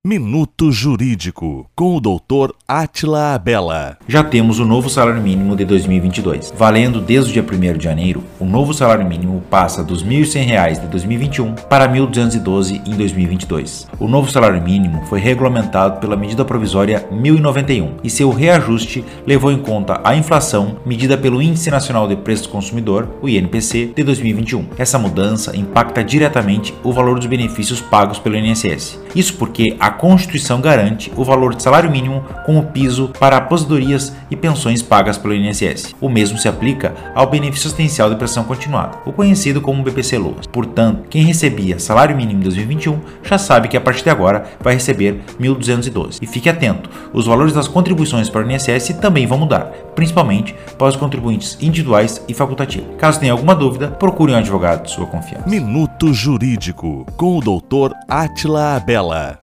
Minuto Jurídico, com o Dr. Átila Abela. Já temos o novo salário mínimo de 2022. Valendo desde o dia 1º de janeiro, o novo salário mínimo passa dos R$ 1.100 de 2021 para R$ 1.212 em 2022. O novo salário mínimo foi regulamentado pela medida provisória 1091 e seu reajuste levou em conta a inflação medida pelo Índice Nacional de Preços do Consumidor, o INPC, de 2021. Essa mudança impacta diretamente o valor dos benefícios pagos pelo INSS. Isso porque a Constituição garante o valor de salário mínimo como piso para aposentadorias e pensões pagas pelo INSS. O mesmo se aplica ao benefício assistencial de prestação continuada, o conhecido como BPC-Loas. Portanto, quem recebia salário mínimo em 2021 já sabe que a partir de agora vai receber R$ 1.212. E fique atento, os valores das contribuições para o INSS também vão mudar, principalmente para os contribuintes individuais e facultativos. Caso tenha alguma dúvida, procure um advogado de sua confiança. Minuto Jurídico, com o Dr. Átila Abela.